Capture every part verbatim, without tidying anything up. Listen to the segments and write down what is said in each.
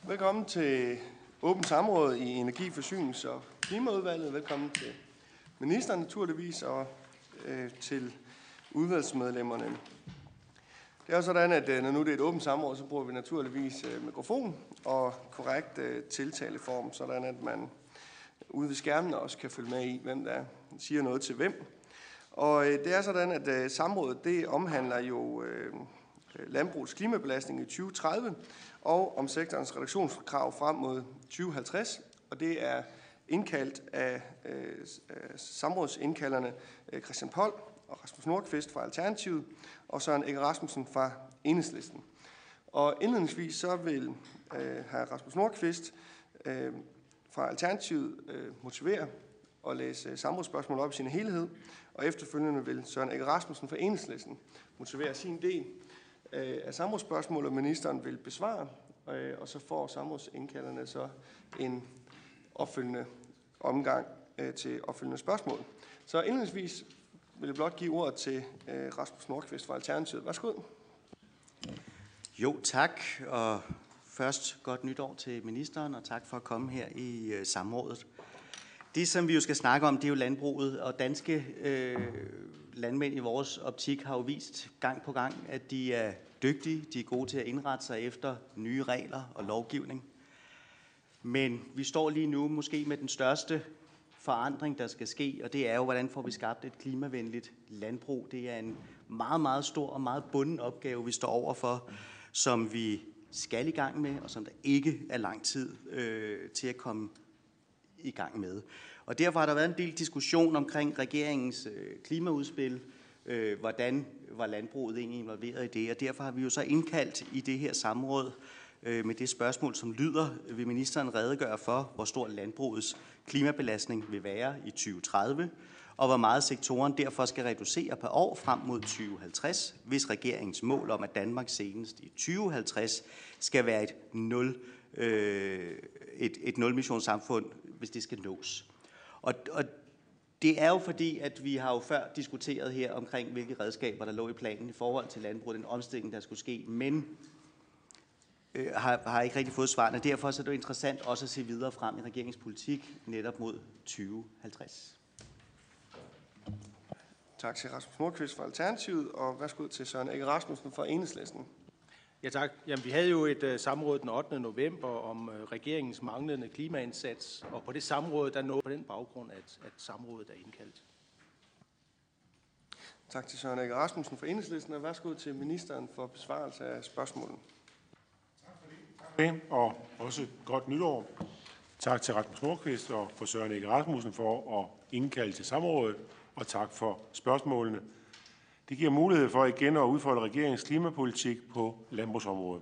Velkommen til åbent samråd i Energi-, Forsynings- og Klimaudvalget. Velkommen til ministeren naturligvis og øh, til udvalgsmedlemmerne. Det er sådan, at øh, når nu det er et åbent samråd, så bruger vi naturligvis øh, mikrofon og korrekt øh, tiltaleform, sådan at man ude ved skærmen også kan følge med i, hvem der siger noget til hvem. Og øh, det er sådan, at øh, samrådet det omhandler jo øh, landbrugets klimabelastning i tyve tredive og om sektorens reduktionskrav frem mod tyve halvtreds. Og det er indkaldt af øh, samrådsindkalderne øh, Christian Poll og Rasmus Nordqvist fra Alternativet og Søren Egge Rasmussen fra Enhedslisten. Og indledningsvis så vil øh, hr. Rasmus Nordqvist øh, fra Alternativet øh, motivere og læse samrådsspørgsmål op i sin helhed, og efterfølgende vil Søren Egge Rasmussen fra Enhedslisten motivere sin del af samrådsspørgsmål, og ministeren vil besvare, og så får samrådsindkalderne så en opfølgende omgang til opfølgende spørgsmål. Så indledningsvis vil jeg blot give ordet til Rasmus Nordqvist fra Alternativet. Værsgo. Jo, tak, og først godt nytår til ministeren, og tak for at komme her i samrådet. Det, som vi jo skal snakke om, det er jo landbruget, og danske øh, landmænd i vores optik har jo vist gang på gang, at de er dygtige, de er gode til at indrette sig efter nye regler og lovgivning. Men vi står lige nu måske med den største forandring, der skal ske, og det er jo, hvordan får vi skabt et klimavenligt landbrug. Det er en meget, meget stor og meget bunden opgave, vi står overfor, som vi skal i gang med, og som der ikke er lang tid øh, til at komme i gang med. Og derfor har der været en del diskussion omkring regeringens øh, klimaudspil, øh, hvordan var landbruget egentlig involveret i det, og derfor har vi jo så indkaldt i det her samråd øh, med det spørgsmål, som lyder, vil ministeren redegøre for, hvor stor landbrugets klimabelastning vil være i tyve tredive, og hvor meget sektoren derfor skal reducere per år frem mod tyve halvtreds, hvis regeringens mål om, at Danmark senest i tyve halvtreds skal være et nul øh, et, et nulmissionssamfund, hvis det skal nås. Og, og det er jo fordi, at vi har jo før diskuteret her omkring, hvilke redskaber, der lå i planen i forhold til landbruget, den omstilling, der skulle ske, men øh, har, har ikke rigtig fået svarene. Derfor er det jo interessant også at se videre frem i regeringspolitik netop mod tyve halvtreds. Tak til Rasmus Nordqvist fra Alternativet, og værsgo til Søren Egge Rasmussen fra Enhedslisten. Ja tak. Jamen, vi havde jo et uh, samråd den ottende november om uh, regeringens manglende klimaindsats, og på det samråd, der nåede på den baggrund, at, at samrådet er indkaldt. Tak til Søren Egge Rasmussen fra Enhedslisten, og værsgo til ministeren for besvarelse af spørgsmålet. Tak for det, og også godt nytår. Tak til Rasmus Nordqvist og for Søren Egge Rasmussen for at indkalde til samrådet, og tak for spørgsmålene. Det giver mulighed for igen at udfolde regeringens klimapolitik på landbrugsområdet.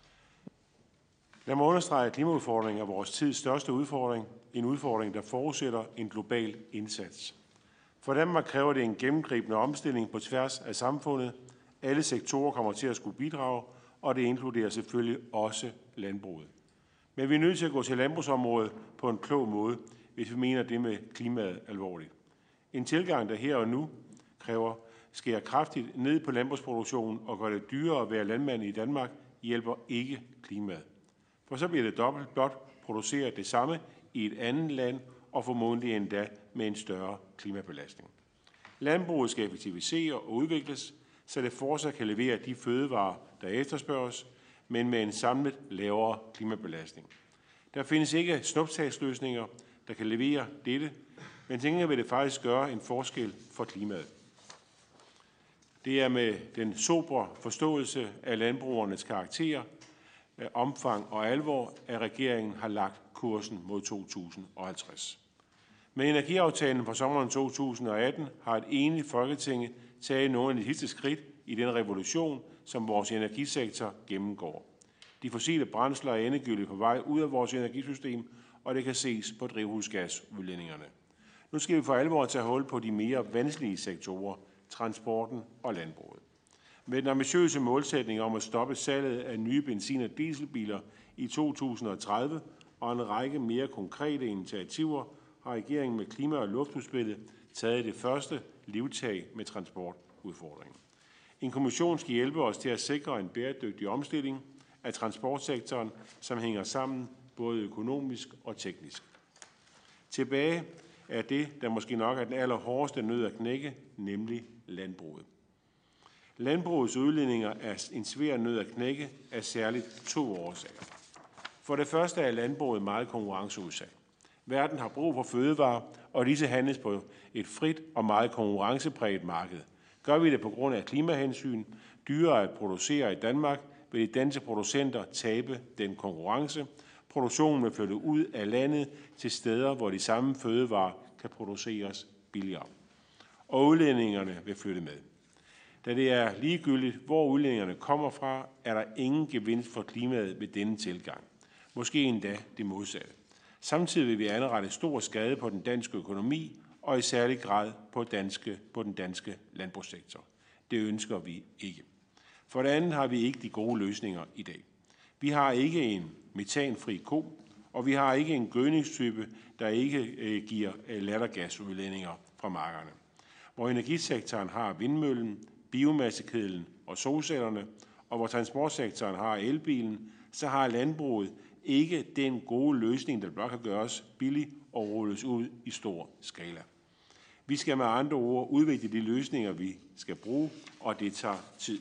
Lad mig understrege, at klimaudfordringen er vores tids største udfordring. En udfordring, der forudsætter en global indsats. For Danmark kræver det en gennemgribende omstilling på tværs af samfundet. Alle sektorer kommer til at skulle bidrage, og det inkluderer selvfølgelig også landbruget. Men vi er nødt til at gå til landbrugsområdet på en klog måde, hvis vi mener det med klimaet alvorligt. En tilgang, der her og nu kræver skærer kraftigt ned på landbrugsproduktionen og gør det dyrere at være landmand i Danmark, hjælper ikke klimaet. For så bliver det dobbelt blot produceret det samme i et andet land og formodentlig endda med en større klimabelastning. Landbruget skal effektivisere og udvikles, så det fortsat kan levere de fødevarer, der efterspørges, men med en samlet lavere klimabelastning. Der findes ikke snuptagsløsninger, der kan levere dette, men tænker vil det faktisk gøre en forskel for klimaet. Det er med den sobre forståelse af landbrugernes karakter, omfang og alvor, at regeringen har lagt kursen mod to tusind og halvtreds. Med energiaftalen fra sommeren to tusind og atten har et enigt Folketing taget nogle af de sidste skridt i den revolution, som vores energisektor gennemgår. De fossile brændsler er endegyldigt på vej ud af vores energisystem, og det kan ses på drivhusgasudledningerne. Nu skal vi for alvor tage hul på de mere vanskelige sektorer, transporten og landbruget. Med den ambitiøse målsætning om at stoppe salget af nye benzin- og dieselbiler i to tusind og tredive og en række mere konkrete initiativer, har regeringen med klima- og luftudspillet taget det første livtag med transportudfordringen. En kommission skal hjælpe os til at sikre en bæredygtig omstilling af transportsektoren, som hænger sammen både økonomisk og teknisk. Tilbage er det, der måske nok er den allerhårdeste nød at knække, nemlig landbruget. Landbrugets udledninger er en svær nød at knække af særligt to årsager. For det første er landbruget meget konkurrenceudsat. Verden har brug for fødevarer, og disse handles på et frit og meget konkurrencepræget marked. Gør vi det på grund af klimahensyn, dyrere at producere i Danmark, vil de danske producenter tabe den konkurrence. Produktionen vil flytte ud af landet til steder, hvor de samme fødevarer kan produceres billigere. Og udledningerne vil flytte med. Da det er ligegyldigt, hvor udledningerne kommer fra, er der ingen gevinst for klimaet ved denne tilgang. Måske endda det modsatte. Samtidig vil vi anrette stor skade på den danske økonomi, og i særlig grad på, danske, på den danske landbrugssektor. Det ønsker vi ikke. For det andet har vi ikke de gode løsninger i dag. Vi har ikke en metanfri ko, og vi har ikke en gødningstype, der ikke øh, giver øh, lattergasudledninger fra markerne. Hvor energisektoren har vindmøllen, biomassekedlen og solcellerne, og hvor transportsektoren har elbilen, så har landbruget ikke den gode løsning, der blot kan gøres billig og rulles ud i stor skala. Vi skal med andre ord udvikle de løsninger, vi skal bruge, og det tager tid.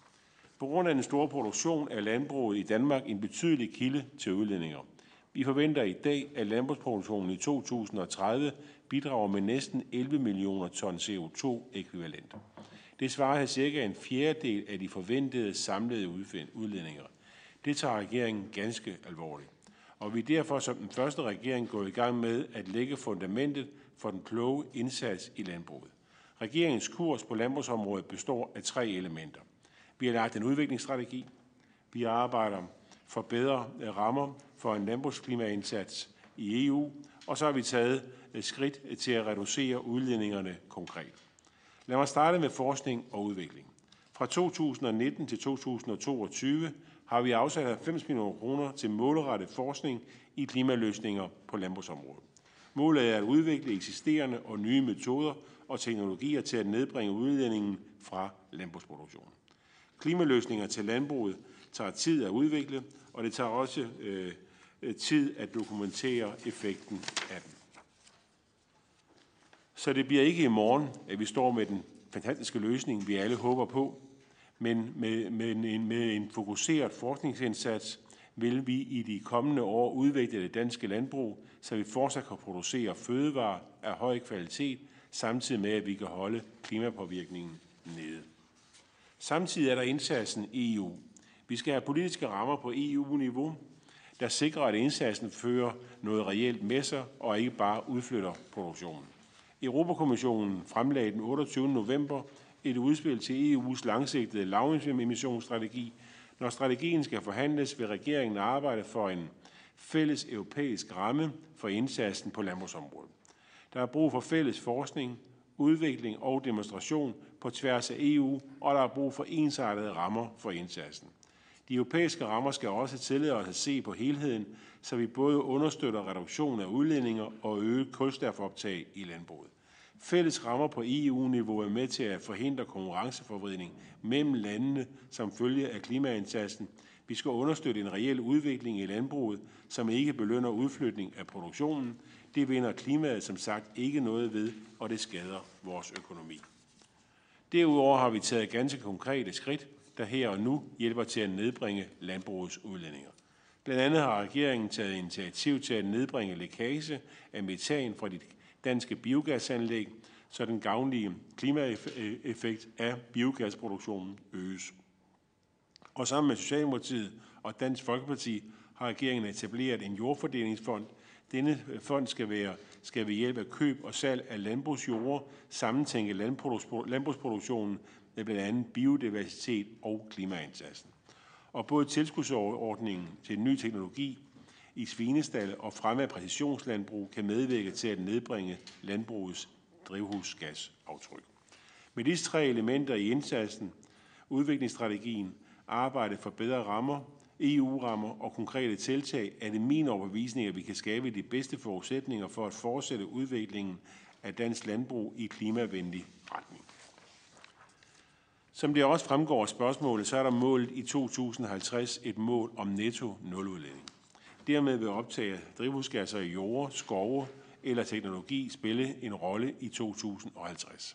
På grund af den store produktion er landbruget i Danmark en betydelig kilde til udledninger. Vi forventer i dag, at landbrugsproduktionen i to tusind og tredive bidrager med næsten elleve millioner ton C O to ekvivalent. Det svarer til cirka en fjerdedel af de forventede samlede udledninger. Det tager regeringen ganske alvorligt. Og vi er derfor som den første regering gået i gang med at lægge fundamentet for den kloge indsats i landbruget. Regeringens kurs på landbrugsområdet består af tre elementer. Vi har lagt en udviklingsstrategi. Vi arbejder for bedre rammer for en landbrugsklimaindsats i E U. Og så har vi taget skridt til at reducere udledningerne konkret. Lad mig starte med forskning og udvikling. Fra to tusind og nitten til to tusind og toogtyve har vi afsat halvfems millioner kroner til målrettet forskning i klimaløsninger på landbrugsområdet. Målet er at udvikle eksisterende og nye metoder og teknologier til at nedbringe udledningen fra landbrugsproduktionen. Klimaløsninger til landbruget tager tid at udvikle, og det tager også øh, tid at dokumentere effekten af dem. Så det bliver ikke i morgen, at vi står med den fantastiske løsning, vi alle håber på, men med, med, en, med en fokuseret forskningsindsats vil vi i de kommende år udvikle det danske landbrug, så vi fortsat kan producere fødevarer af høj kvalitet, samtidig med at vi kan holde klimapåvirkningen nede. Samtidig er der indsatsen i E U. Vi skal have politiske rammer på E U-niveau, der sikrer, at indsatsen fører noget reelt med sig og ikke bare udflytter produktionen. Europakommissionen fremlagde den otteogtyvende november et udspil til E U's langsigtede lavemissionsstrategi. Når strategien skal forhandles, vil regeringen arbejde for en fælles europæisk ramme for indsatsen på landbrugsområdet. Der er brug for fælles forskning, udvikling og demonstration på tværs af E U, og der er brug for ensartede rammer for indsatsen. De europæiske rammer skal også tillade os at se på helheden, så vi både understøtter reduktion af udledninger og øget kulstofoptag i landbruget. Fælles rammer på E U-niveau er med til at forhindre konkurrenceforvridning mellem landene som følge af klimaindsatsen. Vi skal understøtte en reel udvikling i landbruget, som ikke belønner udflytning af produktionen. Det vinder klimaet som sagt ikke noget ved, og det skader vores økonomi. Derudover har vi taget ganske konkrete skridt, der her og nu hjælper til at nedbringe landbrugets udledninger. Blandt andet har regeringen taget initiativ til at nedbringe lækage af metan fra de danske biogasanlæg, så den gavnlige klimaeffekt af biogasproduktionen øges. Og sammen med Socialdemokratiet og Dansk Folkeparti har regeringen etableret en jordfordelingsfond. Denne fond skal, være, skal ved hjælp af køb og salg af landbrugsjord sammentænke landbrugsproduktionen med blandt andet biodiversitet og klimaindsatsen. Og både tilskudsordningen til ny teknologi i svinestalde og fremme af præcisionslandbrug kan medvirke til at nedbringe landbrugets drivhusgasaftryk. Med disse tre elementer i indsatsen, udviklingsstrategien, arbejde for bedre rammer, E U-rammer og konkrete tiltag, er det min overbevisning, at vi kan skabe de bedste forudsætninger for at fortsætte udviklingen af dansk landbrug i klimavenlig retning. Som det også fremgår af spørgsmålet, så er der målet i to tusind og halvtreds et mål om netto nuludledning. Dermed vil optage drivhusgasser i jorde, skove eller teknologi spille en rolle i to tusind og halvtreds.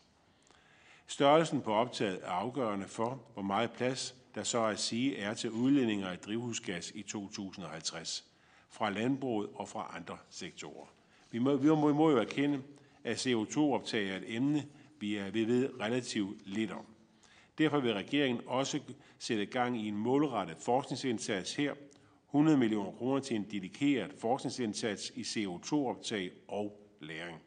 Størrelsen på optaget er afgørende for, hvor meget plads der så at sige er til udledninger af drivhusgas i to tusind og halvtreds fra landbruget og fra andre sektorer. Vi må, vi må, vi må jo erkende, at C O to optag er et emne, vi, er, vi ved relativt lidt om. Derfor vil regeringen også sætte gang i en målrettet forskningsindsats her, hundrede millioner kroner til en dedikeret forskningsindsats i C O to optag og lagring.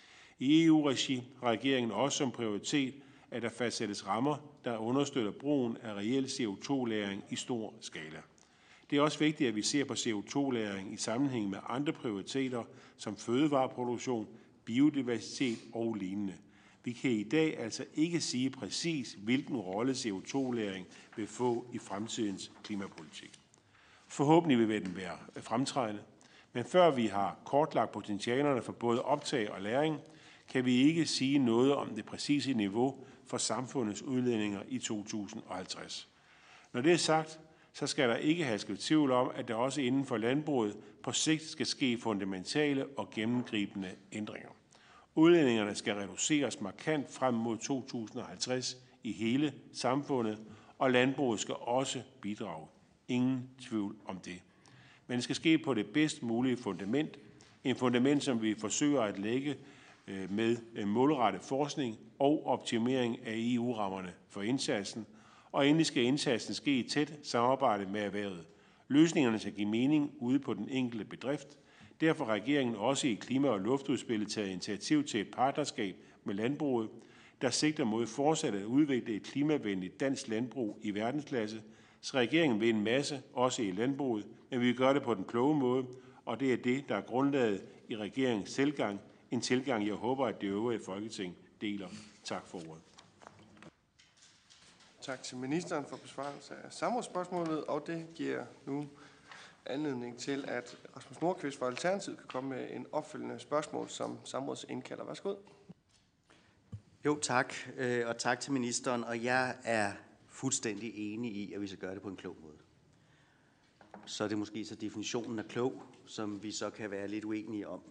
I E U-regi har regeringen også som prioritet, at der fastsættes rammer, der understøtter brugen af reel C O to lagring i stor skala. Det er også vigtigt, at vi ser på C O to lagring i sammenhæng med andre prioriteter som fødevareproduktion, biodiversitet og lignende. Vi kan i dag altså ikke sige præcis, hvilken rolle C O to lagring vil få i fremtidens klimapolitik. Forhåbentlig vil den være fremtrædende, men før vi har kortlagt potentialerne for både optag og lagring, kan vi ikke sige noget om det præcise niveau for samfundets udledninger i to tusind og halvtreds. Når det er sagt, så skal der ikke herske tvivl om, at der også inden for landbruget på sigt skal ske fundamentale og gennemgribende ændringer. Udledningerne skal reduceres markant frem mod to tusind og halvtreds i hele samfundet, og landbruget skal også bidrage. Ingen tvivl om det. Men det skal ske på det bedst mulige fundament. En fundament, som vi forsøger at lægge med målrettet forskning og optimering af E U-rammerne for indsatsen. Og endelig skal indsatsen ske i tæt samarbejde med erhvervet. Løsningerne skal give mening ude på den enkelte bedrift. Derfor har regeringen også i klima- og luftudspillet taget initiativ til et partnerskab med landbruget, der sigter mod fortsat at udvikle et klimavenligt dansk landbrug i verdensklasse. Så regeringen vil en masse, også i landbruget, men vi vil gøre det på den kloge måde, og det er det, der er grundlaget i regeringens tilgang. En tilgang, jeg håber, at det øvrige Folketing deler. Tak for ordet. Tak til ministeren for besvarelse af samrådsspørgsmålet, og det giver nu anledning til, at Rasmus Nordqvist fra Alternativet kan komme med en opfølgende spørgsmål som samrådsindkalder. Værsgo. Jo, tak, og tak til ministeren, og jeg er fuldstændig enig i, at vi skal gøre det på en klog måde. Så er det måske så definitionen af klog, som vi så kan være lidt uenige om.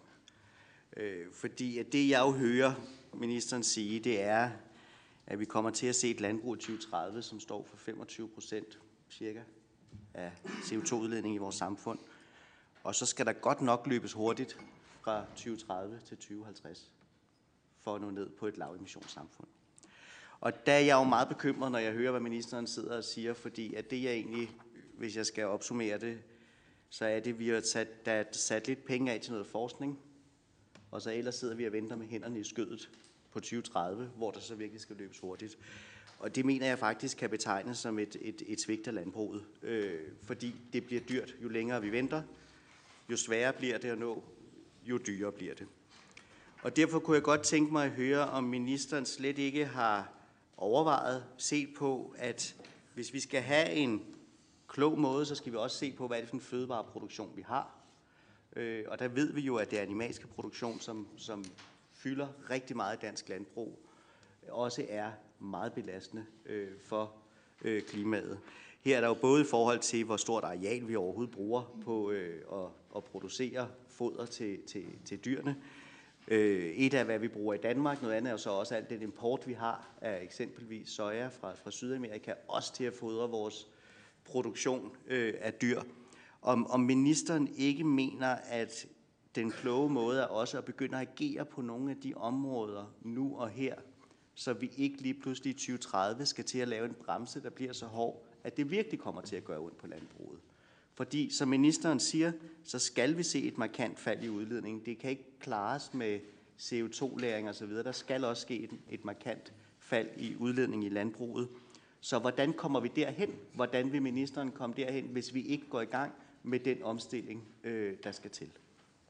Fordi at det, jeg jo hører ministeren sige, det er, at vi kommer til at se et landbrug i tyve tredive, som står for femogtyve procent cirka af C O to udledning i vores samfund. Og så skal der godt nok løbes hurtigt fra tyve tredive til tyve halvtreds for at nå ned på et lavemissionssamfund. Og der er jeg jo meget bekymret, når jeg hører, hvad ministeren sidder og siger, fordi at det jeg egentlig, hvis jeg skal opsummere det, så er det, at vi har sat, der er sat lidt penge af til noget forskning, og så ellers sidder vi og venter med hænderne i skødet på tyve tredive, hvor der så virkelig skal løbes hurtigt. Og det mener jeg faktisk kan betegnes som et, et, et svigt af landbruget, øh, fordi det bliver dyrt. Jo længere vi venter, jo sværere bliver det at nå, jo dyrere bliver det. Og derfor kunne jeg godt tænke mig at høre, om ministeren slet ikke har overvejet, set på, at hvis vi skal have en klog måde, så skal vi også se på, hvad det er for en fødevareproduktion, vi har. Øh, og der ved vi jo, at det er animalske produktion, som, som fylder rigtig meget i dansk landbrug, også er meget belastende øh, for øh, klimaet. Her er der jo både i forhold til, hvor stort areal vi overhovedet bruger på øh, at, at producere foder til, til, til dyrene. Øh, et af, hvad vi bruger i Danmark, noget andet er jo så også alt den import, vi har af eksempelvis soja fra, fra Sydamerika, også til at fodre vores produktion øh, af dyr. Om, om ministeren ikke mener, at den kloge måde er også at begynde at agere på nogle af de områder nu og her, så vi ikke lige pludselig i tyve tredive skal til at lave en bremse, der bliver så hård, at det virkelig kommer til at gøre ondt på landbruget. Fordi, som ministeren siger, så skal vi se et markant fald i udledningen. Det kan ikke klares med C O to lagring osv. Der skal også ske et, et markant fald i udledning i landbruget. Så hvordan kommer vi derhen? Hvordan vil ministeren komme derhen, hvis vi ikke går i gang med den omstilling, øh, der skal til?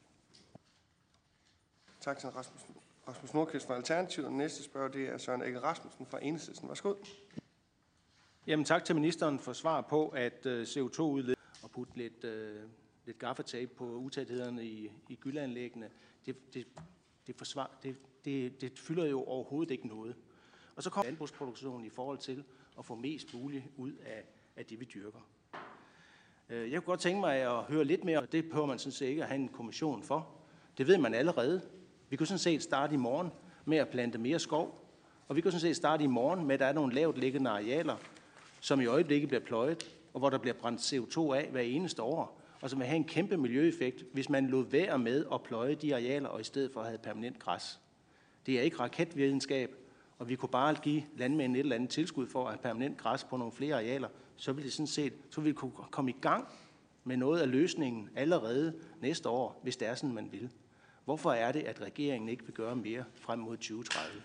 Tak til Rasmus, Rasmus Nordqvist fra Alternativet. Og den næste spørger, det er Søren Egge Rasmussen fra Enhedslisten. Værsgo. Jamen tak til ministeren for svar på, at uh, C O to udledning og putte lidt, uh, lidt gaffatape på utættehederne i, i gyldeanlæggene, det, det, det, forsvar, det, det, det fylder jo overhovedet ikke noget. Og så kommer landbrugsproduktionen i forhold til og få mest muligt ud af, af det, vi dyrker. Jeg kunne godt tænke mig at høre lidt mere, og det behøver man sådan set ikke at have en kommission for. Det ved man allerede. Vi kunne sådan set starte i morgen med at plante mere skov, og vi kunne sådan set starte i morgen med, at der er nogle lavt liggende arealer, som i øjeblikket bliver pløjet, og hvor der bliver brændt C O to af hver eneste år, og som vil have en kæmpe miljøeffekt, hvis man lod være med at pløje de arealer, og i stedet for havde permanent græs. Det er ikke raketvidenskab, og vi kunne bare give landmændene et eller andet tilskud for at have permanent græs på nogle flere arealer, så ville det sådan set, så ville vi kunne komme i gang med noget af løsningen allerede næste år, hvis det er sådan, man vil. Hvorfor er det, at regeringen ikke vil gøre mere frem mod tyve tredive?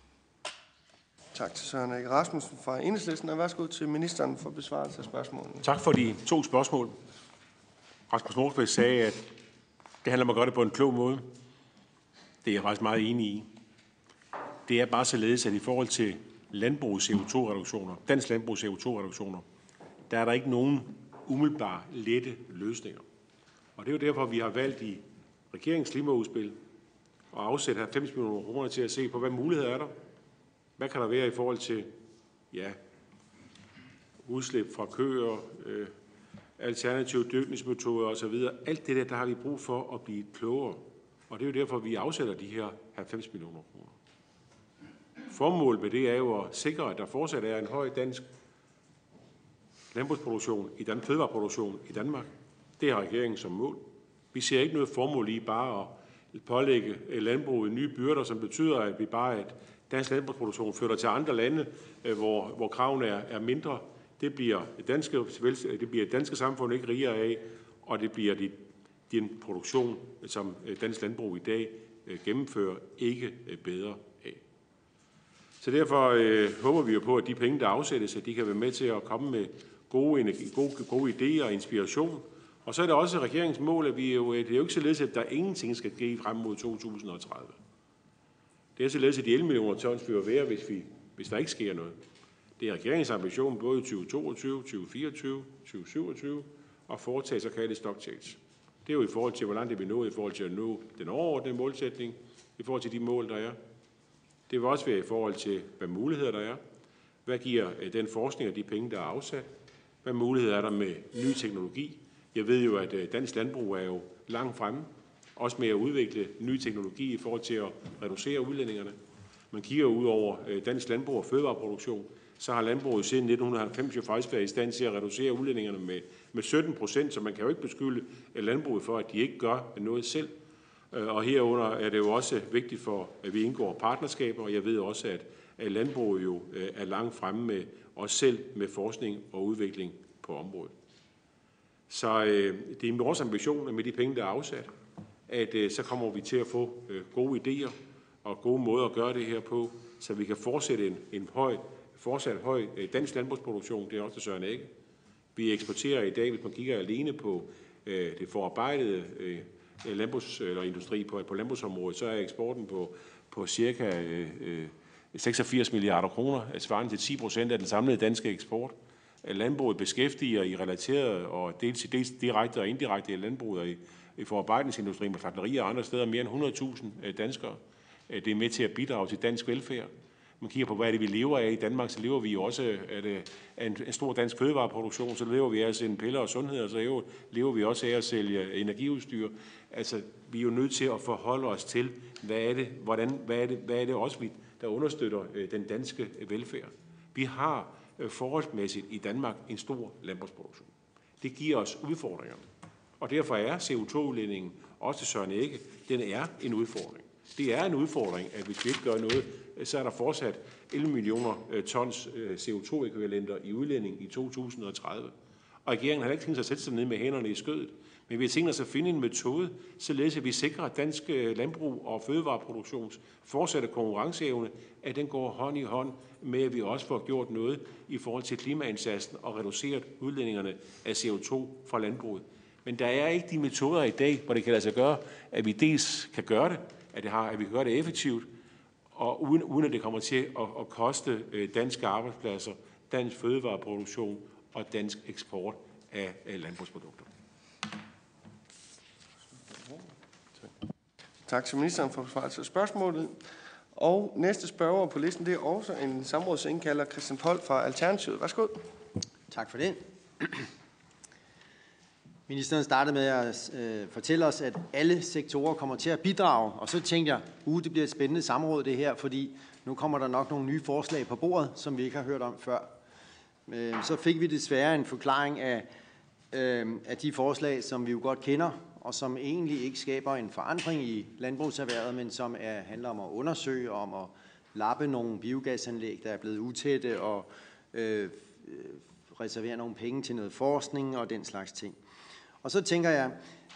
Tak til Søren Egge Rasmussen fra Enhedslisten, og værsgo til ministeren for besvarelse af spørgsmålene. Tak for de to spørgsmål. Rasmus Nordqvist sagde, at det handler om at gøre det på en klog måde. Det er jeg faktisk meget enig i. Det er bare således, at i forhold til landbrugets C O to reduktioner, dansk landbrugs C O to reduktioner, der er der ikke nogen umiddelbare lette løsninger. Og det er jo derfor, vi har valgt i regeringens klimaudspil at afsætte halvfems millioner kroner til at se på, hvad muligheder er der. Hvad kan der være i forhold til ja, udslip fra køer, øh, alternative dyrkningsmetoder osv. Alt det der, der har vi brug for at blive klogere. Og det er jo derfor, vi afsætter de her halvfems millioner kroner. Formålet med det er jo at sikre, at der fortsat er en høj dansk landbrugsproduktion, i den fødevareproduktion i Danmark. Det har regeringen som mål. Vi ser ikke noget formål i bare at pålægge landbruget nye byrder, som betyder, at vi bare, at dansk landbrugsproduktion flytter til andre lande, hvor, hvor kravene er, er mindre. Det bliver det danske, det bliver det danske samfund ikke rigere af, og det bliver det, den produktion, som dansk landbrug i dag gennemfører, ikke bedre af. Så derfor øh, håber vi jo på, at de penge, der afsættes, at de kan være med til at komme med gode, energi, gode, gode idéer og inspiration. Og så er det også regeringens mål, at vi jo, det er jo ikke således, at der ingenting skal ske frem mod to tusind og tredive. Det er således, at de elleve millioner tons bliver være, hvis, vi, hvis der ikke sker noget. Det er regeringens ambition både i tyve toogtyve, tyve fireogtyve, tyve syvogtyve og foretage såkaldte stock takes. Det er jo i forhold til, hvor langt det vil nå, i forhold til at nå den overordnede målsætning, i forhold til de mål, der er. Det vil også være i forhold til, hvad muligheder der er. Hvad giver den forskning og de penge, der er afsat? Hvad muligheder er der med ny teknologi? Jeg ved jo, at dansk landbrug er jo langt fremme, også med at udvikle ny teknologi i forhold til at reducere udledningerne. Man kigger ud over dansk landbrug og fødevareproduktion, så har landbruget siden nitten halvfems jo faktisk været i stand til at reducere udledningerne med, med sytten procent, så man kan jo ikke beskylde landbruget for, at de ikke gør noget selv. Og herunder er det jo også vigtigt for, at vi indgår partnerskaber, og jeg ved også, at landbruget jo er langt fremme med os selv med forskning og udvikling på området. Så øh, det er vores ambition med de penge, der er afsat, at øh, så kommer vi til at få øh, gode idéer og gode måder at gøre det her på, så vi kan fortsætte en, en høj, fortsat høj øh, dansk landbrugsproduktion. Det er også til Søren Egge. Vi eksporterer i dag, hvis man kigger alene på øh, det forarbejdede øh, landbrugs- eller industri på, på landbrugsområdet, så er eksporten på, på cirka øh, seksogfirs milliarder kroner, svarende til ti procent af den samlede danske eksport. Landbruget beskæftiger i relateret og dels, dels direkte og indirekte i landbruget og i, i forarbejdningsindustrien med slagterier og andre steder mere end hundrede tusind danskere. Det er med til at bidrage til dansk velfærd. Man kigger på, hvad er det, vi lever af i Danmark, så lever vi jo også af, det, af en, en stor dansk fødevareproduktion, så lever vi af at sende piller og sundhed, og så lever, lever vi også af at sælge energiudstyr. Altså, vi er jo nødt til at forholde os til, hvad er det, hvordan, hvad er det, hvad er det også, vi, der understøtter øh, den danske velfærd. Vi har øh, forholdsmæssigt i Danmark en stor landbrugsproduktion. Det giver os udfordringer, og derfor er C O to udledningen, også til Søren Egge, den er en udfordring. Det er en udfordring, at hvis vi ikke gør noget, så er der fortsat elleve millioner tons C O to ekvivalenter i udledning i to tusind og tredive. Og regeringen har ikke tænkt sig at sætte sig ned med hænderne i skødet, men vi har tænkt os at finde en metode, således at vi sikrer, at dansk landbrug og fødevareproduktions fortsatte konkurrenceevne, at den går hånd i hånd med, at vi også får gjort noget i forhold til klimaindsatsen og reduceret udledningerne af C O to fra landbruget. Men der er ikke de metoder i dag, hvor det kan lade sig gøre, at vi dels kan gøre det, at, det har, at vi kan gøre det effektivt, og uden, uden at det kommer til at, at koste danske arbejdspladser, dansk fødevareproduktion og dansk eksport af landbrugsprodukter. Tak til ministeren for besvarelse af spørgsmålet. Og næste spørger på listen, det er også en samrådsindkalder, Christian Poll fra Alternativet. Værsgo. Tak for det. Ministeren startede med at øh, fortælle os, at alle sektorer kommer til at bidrage, og så tænkte jeg, uh, det bliver et spændende samråd det her, fordi nu kommer der nok nogle nye forslag på bordet, som vi ikke har hørt om før. Øh, så fik vi desværre en forklaring af, øh, af de forslag, som vi jo godt kender, og som egentlig ikke skaber en forandring i landbrugserhvervet, men som er, handler om at undersøge, om at lappe nogle biogasanlæg, der er blevet utætte, og øh, reservere nogle penge til noget forskning og den slags ting. Og så tænker jeg,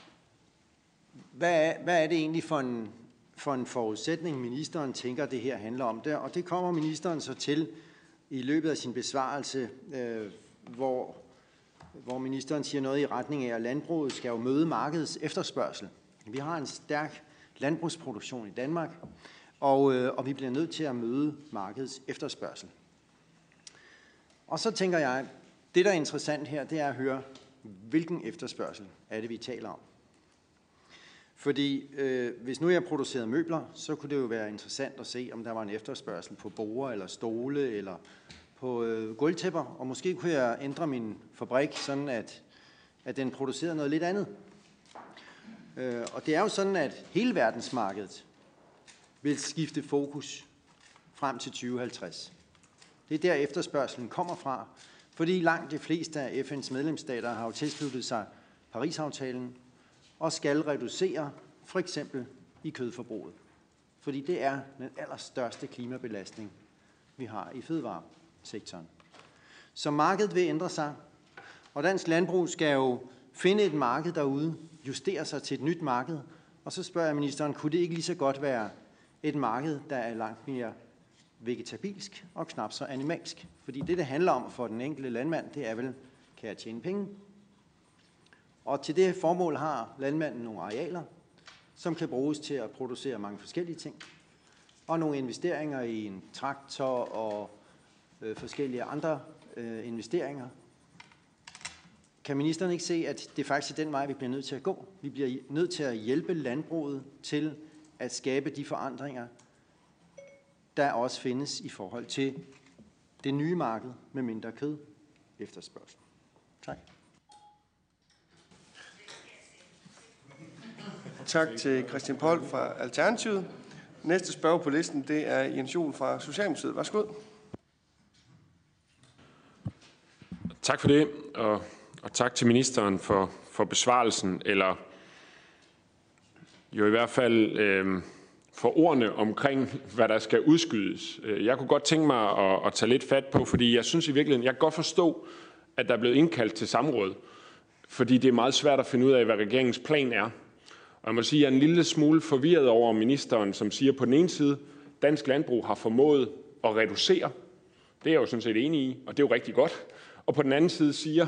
hvad er, hvad er det egentlig for en, for en forudsætning, ministeren tænker, det her handler om der? Og det kommer ministeren så til i løbet af sin besvarelse, øh, hvor, hvor ministeren siger noget i retning af, at landbruget skal jo møde markedets efterspørgsel. Vi har en stærk landbrugsproduktion i Danmark, og, øh, og vi bliver nødt til at møde markedets efterspørgsel. Og så tænker jeg, det der er interessant her, det er at høre, hvilken efterspørgsel er det, vi taler om. Fordi øh, hvis nu jeg producerede møbler, så kunne det jo være interessant at se, om der var en efterspørgsel på borde eller stole eller på øh, gulvtæpper. Og måske kunne jeg ændre min fabrik, sådan at, at den producerede noget lidt andet. Øh, og det er jo sådan, at hele verdensmarkedet vil skifte fokus frem til tyve halvtreds. Det er der efterspørgselen kommer fra. Fordi langt de fleste af F N's medlemsstater har jo tilsluttet sig Paris-aftalen og skal reducere for eksempel i kødforbruget. Fordi det er den allerstørste klimabelastning, vi har i fødevaresektoren. Så markedet vil ændre sig, og dansk landbrug skal jo finde et marked derude, justere sig til et nyt marked, og så spørger jeg ministeren, kunne det ikke lige så godt være et marked, der er langt mere vegetabilsk og knap så animalsk. Fordi det, det handler om for den enkelte landmand, det er vel, kan jeg tjene penge? Og til det formål har landmanden nogle arealer, som kan bruges til at producere mange forskellige ting. Og nogle investeringer i en traktor og øh, forskellige andre øh, investeringer. Kan ministeren ikke se, at det faktisk er den vej, vi bliver nødt til at gå? Vi bliver nødt til at hjælpe landbruget til at skabe de forandringer, der også findes i forhold til det nye marked med mindre kød efterspørgsel. Tak. Tak til Christian Poll fra Alternativet. Næste spørger på listen, det er Jens Joel fra Socialdemokratiet. Værsgo. Tak for det, og, og tak til ministeren for, for besvarelsen, eller jo i hvert fald øh, for ordene omkring, hvad der skal udskydes. Jeg kunne godt tænke mig at, at tage lidt fat på, fordi jeg synes i virkeligheden, jeg kan godt forstå, at der er blevet indkaldt til samråd, fordi det er meget svært at finde ud af, hvad regeringens plan er. Og jeg må sige, at jeg er en lille smule forvirret over ministeren, som siger på den ene side, dansk landbrug har formået at reducere. Det er jeg jo sådan set enig i, og det er jo rigtig godt. Og på den anden side siger,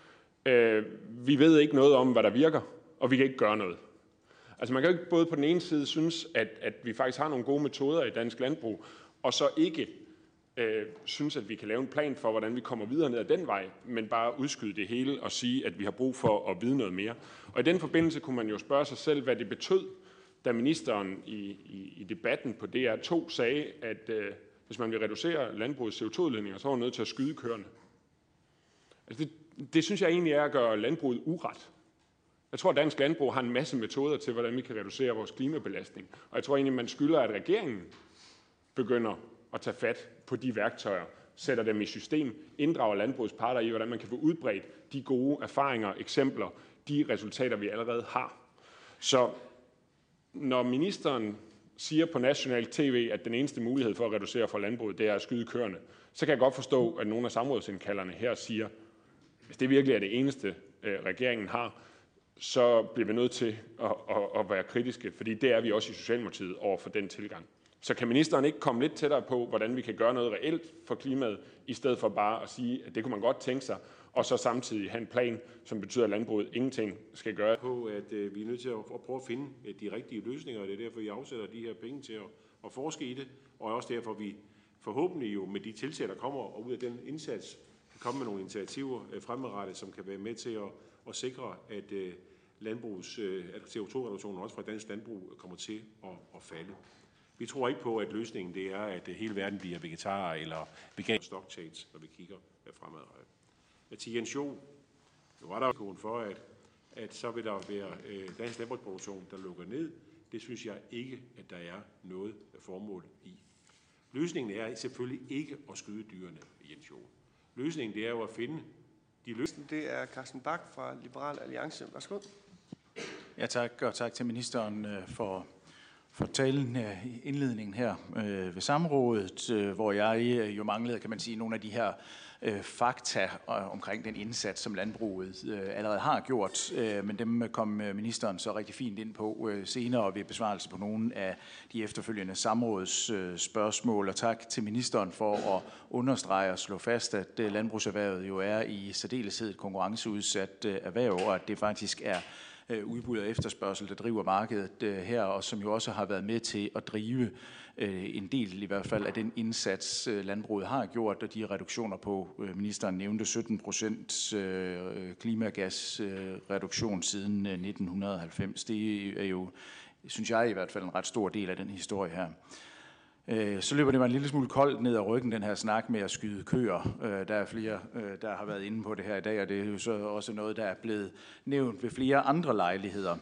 øh, vi ved ikke noget om, hvad der virker, og vi kan ikke gøre noget. Altså man kan jo ikke både på den ene side synes, at, at vi faktisk har nogle gode metoder i dansk landbrug, og så ikke øh, synes, at vi kan lave en plan for, hvordan vi kommer videre ned ad den vej, men bare udskyde det hele og sige, at vi har brug for at vide noget mere. Og i den forbindelse kunne man jo spørge sig selv, hvad det betød, da ministeren i, i, i debatten på D R to sagde, at øh, hvis man vil reducere landbrugets C O to udledninger, så er man nødt til at skyde køerne. Altså det, det synes jeg egentlig er at gøre landbruget uret. Jeg tror, at dansk landbrug har en masse metoder til, hvordan vi kan reducere vores klimabelastning. Og jeg tror egentlig, man skylder, at regeringen begynder at tage fat på de værktøjer, sætter dem i system, inddrager landbrugets parter i, hvordan man kan få udbredt de gode erfaringer, eksempler, de resultater, vi allerede har. Så når ministeren siger på national tv, at den eneste mulighed for at reducere for landbruget, det er at skyde køerne, så kan jeg godt forstå, at nogle af samrådsindkalderne her siger, hvis det virkelig er det eneste, regeringen har, så bliver vi nødt til at, at, at være kritiske, fordi det er vi også i Socialdemokratiet over for den tilgang. Så kan ministeren ikke komme lidt tættere på, hvordan vi kan gøre noget reelt for klimaet, i stedet for bare at sige, at det kunne man godt tænke sig, og så samtidig have en plan, som betyder, at landbruget ingenting skal gøre? På, at øh, vi er nødt til at, at prøve at finde de rigtige løsninger, og det er derfor, vi afsætter de her penge til at, at forske i det, og også derfor, vi forhåbentlig jo med de tiltag, der kommer, og ud af den indsats, kan komme med nogle initiativer øh, fremadrettet, som kan være med til at, at sikre, at øh, landbrugs, øh, at C O to reduktionen også fra dansk landbrug kommer til at, at falde. Vi tror ikke på, at løsningen det er, at hele verden bliver vegetarer eller vegan stocktakes, når vi kigger fremadrettet. Til Jens Joel, nu var der jo for, at, at så vil der være øh, dansk landbrugsproduktion, der lukker ned. Det synes jeg ikke, at der er noget formål i. Løsningen er selvfølgelig ikke at skyde dyrene, Jens Joel. Løsningen det er jo at finde de løsninger. Det er Carsten Bach fra Liberal Alliance. Værsgo. Ja, tak, og tak til ministeren for, for talen i indledningen her øh, ved samrådet, øh, hvor jeg jo manglede, kan man sige, nogle af de her øh, fakta omkring den indsats, som landbruget øh, allerede har gjort, øh, men dem kom ministeren så rigtig fint ind på øh, senere ved besvarelse på nogle af de efterfølgende samrådsspørgsmål, øh, og tak til ministeren for at understrege og slå fast, at øh, landbrugserhvervet jo er i særdeleshed et konkurrenceudsat øh, erhverv, og at det faktisk er udbud og efterspørgsel, der driver markedet her, og som jo også har været med til at drive en del i hvert fald af den indsats, landbruget har gjort, og de reduktioner på, ministeren nævnte sytten procent klimagasreduktion siden nitten halvfems. Det er jo, synes jeg i hvert fald, en ret stor del af den historie her. Så løber det mig en lille smule koldt ned ad ryggen, den her snak med at skyde køer. Der er flere, der har været inde på det her i dag, og det er jo så også noget, der er blevet nævnt ved flere andre lejligheder.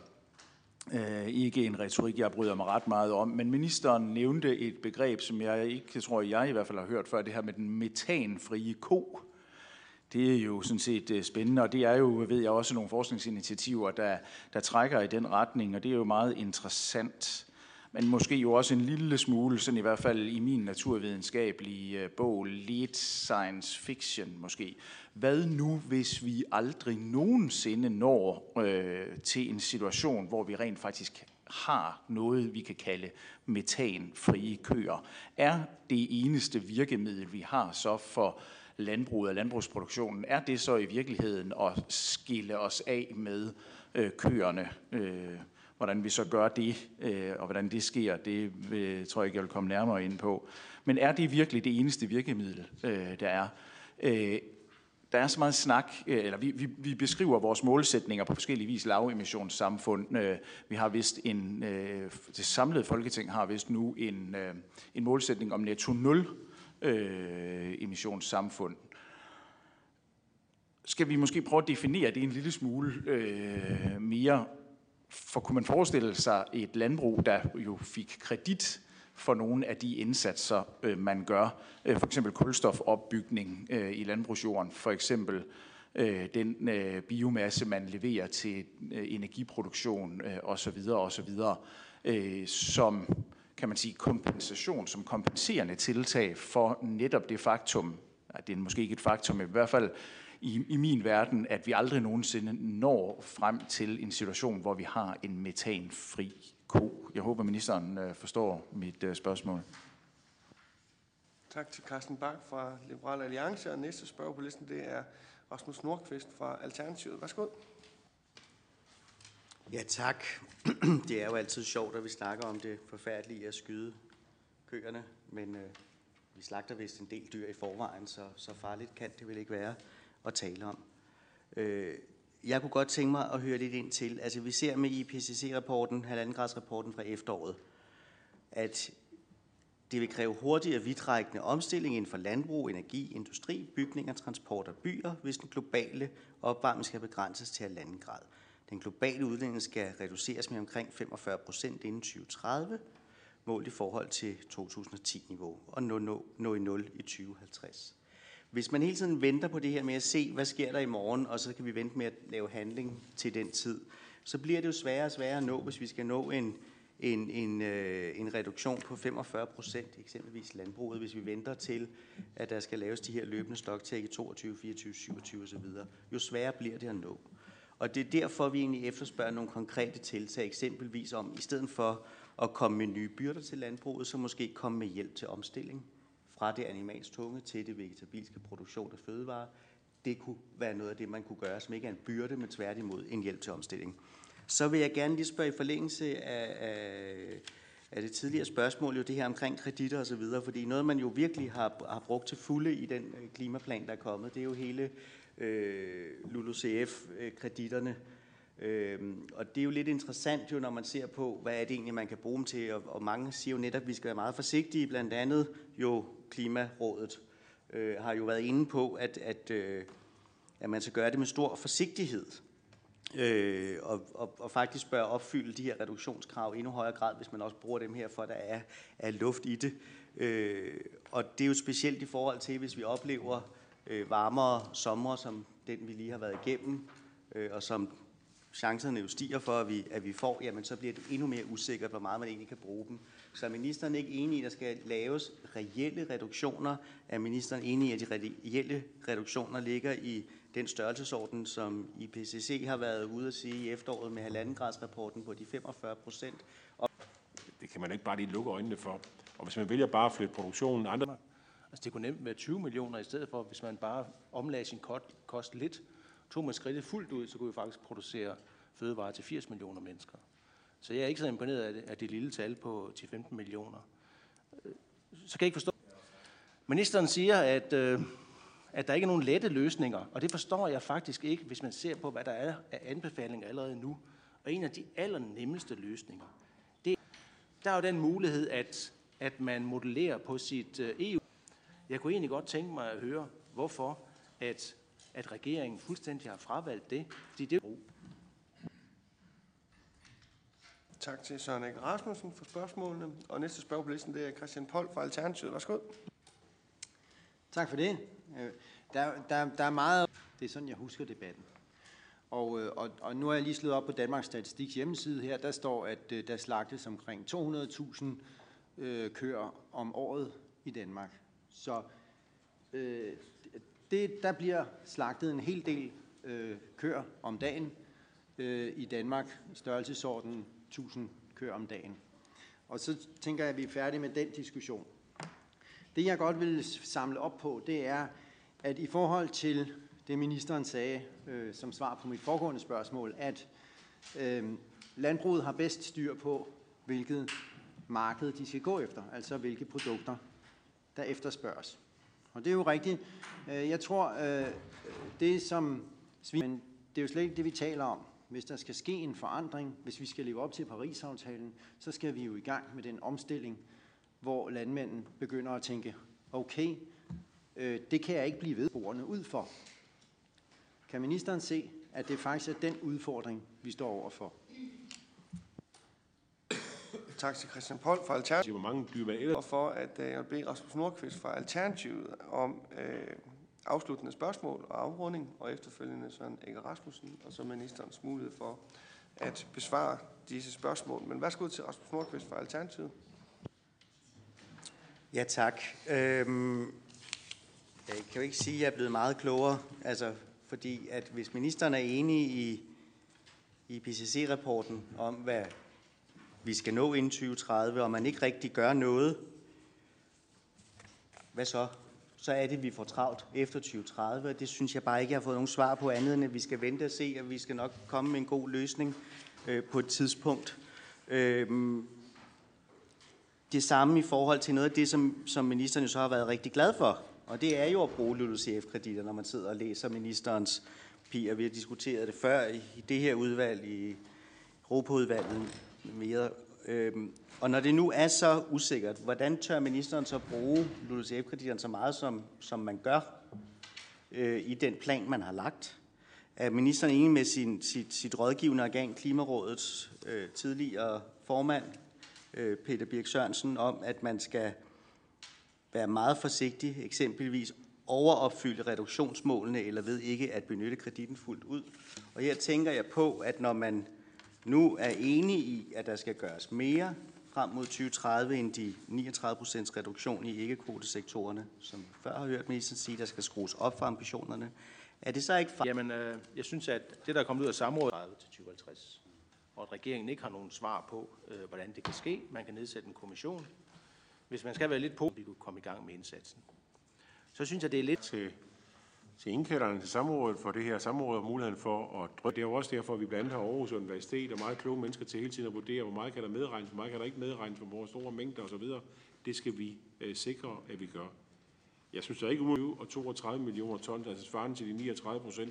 Ikke en retorik, jeg bryder mig ret meget om, men ministeren nævnte et begreb, som jeg ikke tror, jeg i hvert fald har hørt før, det her med den metanfrie ko. Det er jo sådan set spændende, og det er jo, ved jeg, også nogle forskningsinitiativer, der, der trækker i den retning, og det er jo meget interessant. Men måske jo også en lille smule, sådan i hvert fald i min naturvidenskabelige bog, lidt science fiction måske. Hvad nu, hvis vi aldrig nogensinde når øh, til en situation, hvor vi rent faktisk har noget, vi kan kalde metanfrie køer? Er det eneste virkemiddel, vi har så for landbruget og landbrugsproduktionen, er det så i virkeligheden at skille os af med øh, køerne? Øh, Hvordan vi så gør det, og hvordan det sker, det tror jeg ikke, jeg vil komme nærmere ind på. Men er det virkelig det eneste virkemiddel, der er? Der er så meget snak, eller vi, vi, vi beskriver vores målsætninger på forskellige vis lavemissionssamfund. Vi har vist en, det samlede Folketing har vist nu en, en målsætning om netto nul emissionssamfund. Skal vi måske prøve at definere det en lille smule øh, mere? For kunne man forestille sig et landbrug, der jo fik kredit for nogle af de indsatser, øh, man gør, øh, for eksempel kulstofopbygning øh, i landbrugsjorden, for eksempel øh, den øh, biomasse, man leverer til øh, energiproduktion øh, osv., osv., øh, som, kan man sige, kompensation, som kompenserende tiltag for netop det faktum, nej, det er måske ikke et faktum, men i hvert fald I, i min verden, at vi aldrig nogensinde når frem til en situation, hvor vi har en metanfri ko. Jeg håber, ministeren forstår mit spørgsmål. Tak til Carsten Bach fra Liberal Alliance, og næste spørger på listen, det er Rasmus Nordqvist fra Alternativet. Værsgo. Ja, tak. Det er jo altid sjovt, at vi snakker om det forfærdelige at skyde køerne, men øh, vi slagter vist en del dyr i forvejen, så, så farligt kan det vel ikke være at tale om. Øh, jeg kunne godt tænke mig at høre lidt ind til, altså vi ser med I P C C-rapporten, halvandengradsrapporten fra efteråret, at det vil kræve hurtig og vidtrækkende omstilling inden for landbrug, energi, industri, bygninger, transport og byer, hvis den globale opvarmning skal begrænses til halvanden grad. Den globale udledning skal reduceres med omkring femogfyrre procent inden tyve tredive, målt i forhold til to tusind og ti-niveau, og nå, nå, nå i nul i tyve halvtreds. Hvis man hele tiden venter på det her med at se, hvad sker der i morgen, og så kan vi vente med at lave handling til den tid, så bliver det jo sværere og sværere at nå, hvis vi skal nå en, en, en, øh, en reduktion på femogfyrre procent, eksempelvis landbruget, hvis vi venter til, at der skal laves de her løbende stocktake i toogtyve, fireogtyve, syvogtyve osv. Jo sværere bliver det at nå. Og det er derfor, vi egentlig efterspørger nogle konkrete tiltag, eksempelvis om, i stedet for at komme med nye byrder til landbruget, så måske komme med hjælp til omstilling fra det animalsk tunge til det vegetabilske produktion af fødevarer. Det kunne være noget af det, man kunne gøre, som ikke er en byrde, men tværtimod en hjælp til omstilling. Så vil jeg gerne lige spørge i forlængelse af, af, af det tidligere spørgsmål, jo det her omkring kreditter osv., fordi noget, man jo virkelig har, har brugt til fulde i den klimaplan, der er kommet, det er jo hele øh, L U L U C F-kreditterne, Øhm, og det er jo lidt interessant, jo, når man ser på, hvad er det egentlig, man kan bruge dem til, og, og mange siger jo netop, at vi skal være meget forsigtige, blandt andet jo Klimarådet øh, har jo været inde på, at, at, øh, at man skal gøre det med stor forsigtighed, øh, og, og, og faktisk bør opfylde de her reduktionskrav i endnu højere grad, hvis man også bruger dem her, for der er, er luft i det. Øh, og det er jo specielt i forhold til, hvis vi oplever øh, varmere sommer, som den vi lige har været igennem, øh, og som chancerne jo stiger for, at vi, at vi får, jamen så bliver det endnu mere usikkert, hvor meget man egentlig kan bruge dem. Så er ministeren ikke enig i, at der skal laves reelle reduktioner? Er ministeren enig i, at de reelle reduktioner ligger i den størrelsesorden, som I P C C har været ude at sige i efteråret med halvanden grads rapporten på de femogfyrre procent? Og Det kan man ikke bare lige lukke øjnene for. Og hvis man vælger bare at flytte produktionen andre... Altså det kunne nemt være tyve millioner i stedet for, hvis man bare omlagde sin kost lidt, tog man skridtet fuldt ud, så kunne vi faktisk producere fødevarer til firs millioner mennesker. Så jeg er ikke så imponeret af det, af det lille tal på ti til femten millioner. Så kan jeg ikke forstå. Ministeren siger, at, øh, at der ikke er nogen lette løsninger, og det forstår jeg faktisk ikke, hvis man ser på, hvad der er af anbefalinger allerede nu. Og en af de allernemmeste løsninger, det er, der er jo den mulighed, at, at man modellerer på sit øh, E U. Jeg kunne egentlig godt tænke mig at høre, hvorfor at, at regeringen fuldstændig har fravalgt det, fordi det er brug. Tak til Søren Egge Rasmussen for spørgsmålene. Og næste spørger på listen, det er Christian Poll fra Alternativet. Værsgo. Tak for det. Der, der, der er meget... Det er sådan, jeg husker debatten. Og, og, og nu har jeg lige slået op på Danmarks Statistiks hjemmeside her. Der står, at der slagtes omkring to hundrede tusind øh, køer om året i Danmark. Så øh, det, der bliver slagtet en hel del øh, køer om dagen øh, i Danmark, i størrelsesordenen tusind køer om dagen. Og så tænker jeg, at vi er færdige med den diskussion. Det jeg godt vil samle op på, det er, at i forhold til det ministeren sagde øh, som svar på mit foregående spørgsmål, at øh, landbruget har bedst styr på, hvilket marked de skal gå efter, altså hvilke produkter der efterspørges. Og det er jo rigtigt. Jeg tror, det som... Men det er jo slet ikke det, vi taler om. Hvis der skal ske en forandring, hvis vi skal leve op til Paris-aftalen, så skal vi jo i gang med den omstilling, hvor landmænden begynder at tænke, okay, det kan jeg ikke blive ved bordene ud for. Kan ministeren se, at det faktisk er den udfordring, vi står overfor? Tak til Christian Poll fra Alternativet. Hvor mange dyr man ellers... Og for at øh, jeg vil bede Rasmus Nordqvist fra Alternativet om øh, afsluttende spørgsmål og afrunding, og efterfølgende Søren Egge Rasmussen, og så ministerens mulighed for at besvare disse spørgsmål. Men værsgo til Rasmus Nordqvist fra Alternativet. Ja, tak. Øhm, jeg kan jo ikke sige, at jeg er blevet meget klogere, altså, fordi at hvis ministeren er enig i I P C C-rapporten om, hvad vi skal nå inden tyve tredive, og man ikke rigtig gør noget, hvad så? Så er det, vi får travlt efter tyve tredive, og det synes jeg bare ikke, jeg har fået nogen svar på andet, end at vi skal vente og se, at vi skal nok komme med en god løsning øh, på et tidspunkt. Øh, det samme i forhold til noget af det, som, som ministeren jo så har været rigtig glad for, og det er jo at bruge L U L U C F-kreditter, når man sidder og læser ministerens papirer. Vi har diskuteret det før i det her udvalg, i Europaudvalget mere. Øhm, og når det nu er så usikkert, hvordan tør ministeren så bruge L U L U C F-kreditterne så meget, som, som man gør øh, i den plan, man har lagt? Er ministeren enig med sin, sit, sit rådgivende organ, Klimarådets øh, tidligere formand, øh, Peter Birch Sørensen, om, at man skal være meget forsigtig, eksempelvis overopfylde reduktionsmålene, eller ved ikke at benytte kreditten fuldt ud? Og her tænker jeg på, at når man nu er enig i, at der skal gøres mere frem mod tyve tredive end de niogtredive procent reduktion i ikke-kvotesektorerne, som før har hørt ministeren sige, der skal skrues op for ambitionerne. Er det så ikke... Jamen, øh, jeg synes, at det, der er kommet ud af samrådet til tyve halvtreds, og at regeringen ikke har nogen svar på, øh, hvordan det kan ske. Man kan nedsætte en kommission. Hvis man skal være lidt på, vi kunne komme i gang med indsatsen. Så synes jeg, det er lidt... Til, til indkalderne til samrådet for det her samråd og muligheden for at drøfte. Det er jo også derfor, at vi blandt andet har Aarhus Universitet og meget kloge mennesker til hele tiden at vurdere, hvor meget kan der medregnes, hvor meget kan der ikke medregnes, hvor store mængder osv. Det skal vi øh, sikre, at vi gør. Jeg synes, der er ikke umiddelbart og toogtredive millioner tons, altså svarende til de niogtredive procent.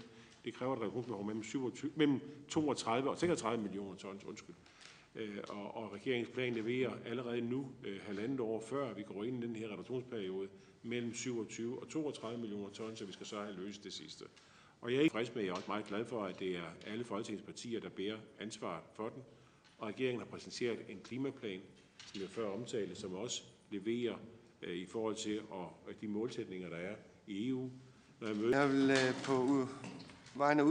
Det kræver et reduktionsbehov mellem, syvogtyve, mellem toogtredive og seksogtredive millioner tons. Undskyld. Øh, og, og regeringens plan leverer allerede nu, øh, halvandet år før vi går ind i den her reduktionsperiode, mellem syvogtyve og toogtredive millioner tons, så vi skal så have løst det sidste. Og jeg er ikke frisk med, jeg er også meget glad for, at det er alle Folketingets partier, der bærer ansvaret for den. Og regeringen har præsenteret en klimaplan, som jeg før omtalte, som også leverer øh, i forhold til og, de målsætninger, der er i E U. Når jeg, møder... jeg vil øh, på vegne af